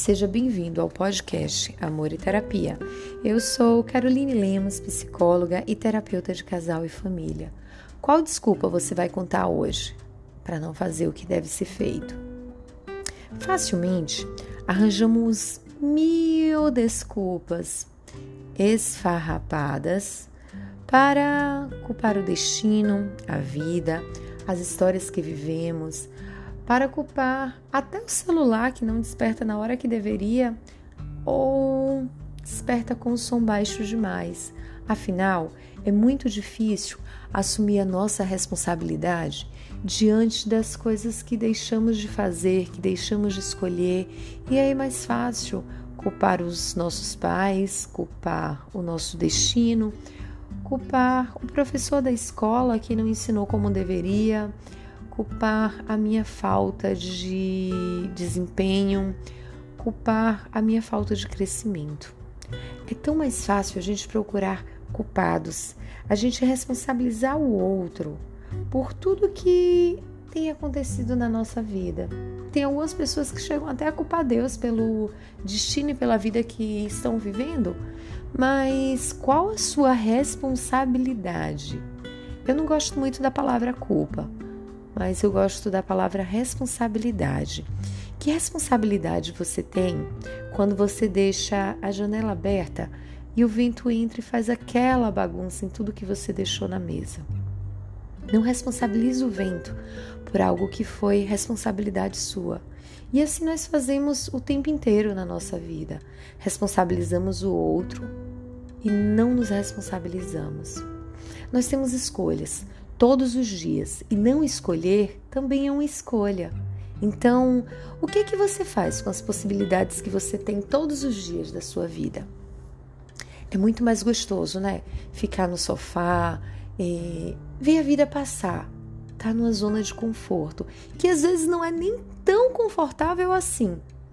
Seja bem-vindo ao podcast Amor e Terapia. Eu sou Caroline Lemos, psicóloga e terapeuta de casal e família. Qual desculpa você vai contar hoje para não fazer o que deve ser feito? Facilmente arranjamos 1000 desculpas esfarrapadas para culpar o destino, a vida, as histórias que vivemos, para culpar até o celular que não desperta na hora que deveria ou desperta com o som baixo demais. Afinal, é muito difícil assumir a nossa responsabilidade diante das coisas que deixamos de fazer, que deixamos de escolher, e aí é mais fácil culpar os nossos pais, culpar o nosso destino, culpar o professor da escola que não ensinou como deveria, culpar a minha falta de desempenho, culpar a minha falta de crescimento. É tão mais fácil a gente procurar culpados, a gente responsabilizar o outro por tudo que tem acontecido na nossa vida. Tem algumas pessoas que chegam até a culpar Deus pelo destino e pela vida que estão vivendo, mas qual a sua responsabilidade? Eu não gosto muito da palavra culpa, mas eu gosto da palavra responsabilidade. Que responsabilidade você tem quando você deixa a janela aberta e o vento entra e faz aquela bagunça em tudo que você deixou na mesa? Não responsabilize o vento por algo que foi responsabilidade sua. E assim nós fazemos o tempo inteiro na nossa vida. Responsabilizamos o outro e não nos responsabilizamos. Nós temos escolhas todos os dias, e não escolher também é uma escolha. Então, o que você faz com as possibilidades que você tem todos os dias da sua vida? É muito mais gostoso, né? Ficar no sofá, ver a vida passar, tá numa zona de conforto, que às vezes não é nem tão confortável assim,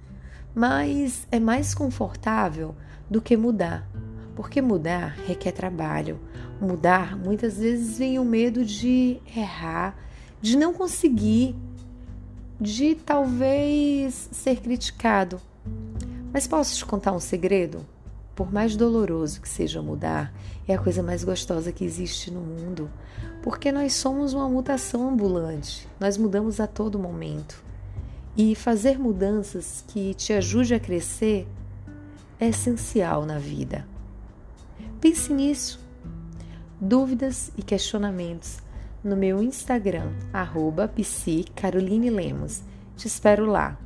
mas é mais confortável do que mudar. Porque mudar requer trabalho. Mudar, muitas vezes, vem o medo de errar, de não conseguir, de talvez ser criticado. Mas posso te contar um segredo? Por mais doloroso que seja mudar, é a coisa mais gostosa que existe no mundo. Porque nós somos uma mutação ambulante. Nós mudamos a todo momento. E fazer mudanças que te ajude a crescer é essencial na vida. Pense nisso. Dúvidas e questionamentos no meu Instagram, @psicarolinelemos. Te espero lá.